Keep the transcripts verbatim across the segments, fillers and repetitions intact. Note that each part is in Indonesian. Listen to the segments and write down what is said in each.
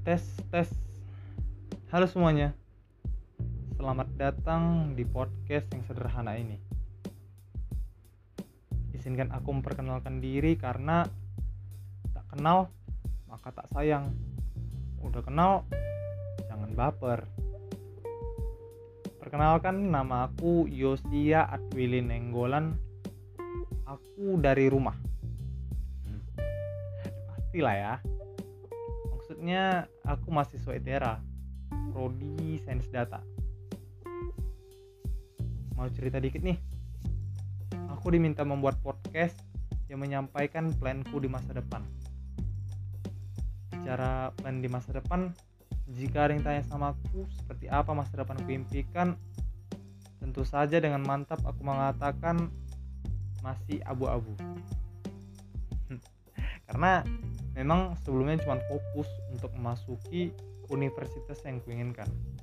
Tes, tes. Halo semuanya. Selamat datang di podcast yang sederhana ini. Izinkan aku memperkenalkan diri karena tak kenal maka tak sayang. Udah kenal, jangan baper. Perkenalkan, nama aku Yosia Adwili Nenggolan. Aku dari rumah. Hmm. Pastilah ya. Maksudnya aku mahasiswa I T E R A, Prodi Sains Data. Mau cerita dikit nih. Aku diminta membuat podcast yang menyampaikan planku di masa depan. Bicara plan di masa depan, jika ada yang tanya sama aku seperti apa masa depan aku impikan, tentu saja dengan mantap aku mengatakan masih abu-abu. Karena memang sebelumnya cuma fokus untuk memasuki universitas yang kuinginkan.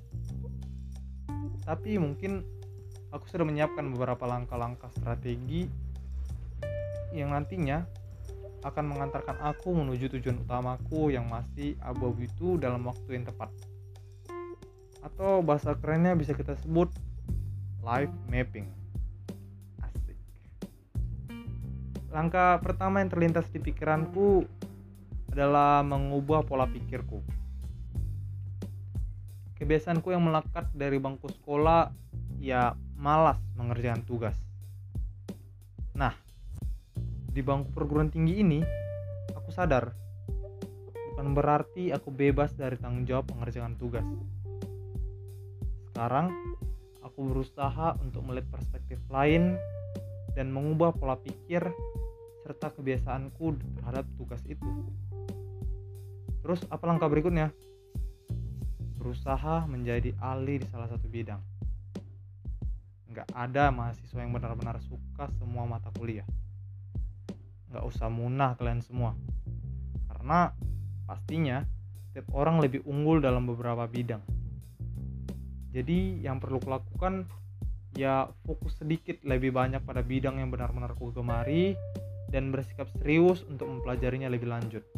Tapi mungkin aku sudah menyiapkan beberapa langkah-langkah strategi yang nantinya akan mengantarkan aku menuju tujuan utamaku yang masih abu-abu itu dalam waktu yang tepat. Atau bahasa kerennya bisa kita sebut life mapping. Asik. Langkah pertama yang terlintas di pikiranku adalah mengubah pola pikirku. Kebiasaanku yang melekat dari bangku sekolah, ya malas mengerjakan tugas. Nah, di bangku perguruan tinggi ini, aku sadar bukan berarti aku bebas dari tanggung jawab mengerjakan tugas. Sekarang, aku berusaha untuk melihat perspektif lain dan mengubah pola pikir serta kebiasaanku terhadap tugas itu. Terus apa langkah berikutnya? Berusaha menjadi ahli di salah satu bidang. Nggak ada mahasiswa yang benar-benar suka semua mata kuliah. Nggak usah munah kalian semua. Karena pastinya setiap orang lebih unggul dalam beberapa bidang. Jadi yang perlu kulakukan ya fokus sedikit lebih banyak pada bidang yang benar-benar ku gemari dan bersikap serius untuk mempelajarinya lebih lanjut.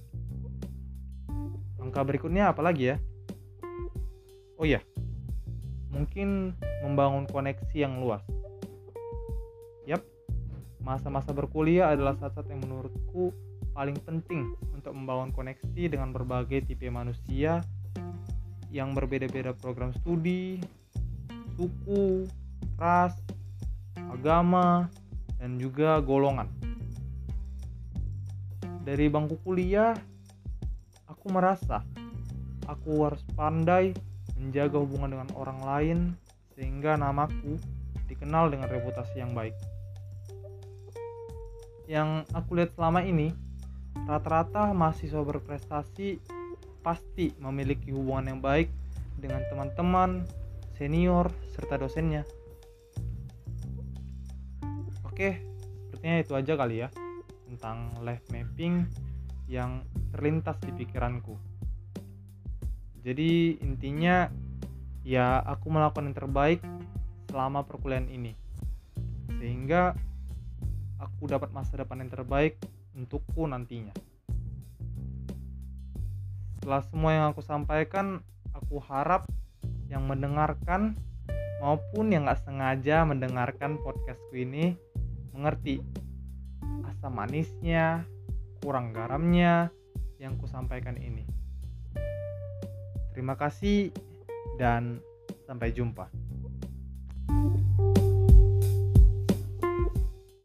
Langkah berikutnya apa lagi ya? Oh ya, mungkin membangun koneksi yang luas. Yap, masa-masa berkuliah adalah saat-saat yang menurutku paling penting untuk membangun koneksi dengan berbagai tipe manusia yang berbeda-beda program studi, suku, ras, agama, dan juga golongan. Dari bangku kuliah, aku merasa aku harus pandai menjaga hubungan dengan orang lain sehingga namaku dikenal dengan reputasi yang baik. Yang aku lihat selama ini, rata-rata mahasiswa berprestasi pasti memiliki hubungan yang baik dengan teman-teman, senior, serta dosennya. Oke, sepertinya itu aja kali ya tentang life mapping yang terlintas di pikiranku. Jadi intinya ya aku melakukan yang terbaik selama perkuliahan ini sehingga aku dapat masa depan yang terbaik untukku nantinya. Setelah semua yang aku sampaikan, aku harap yang mendengarkan maupun yang gak sengaja mendengarkan podcastku ini mengerti asam manisnya, kurang garamnya yang kusampaikan ini. Terima kasih dan sampai jumpa.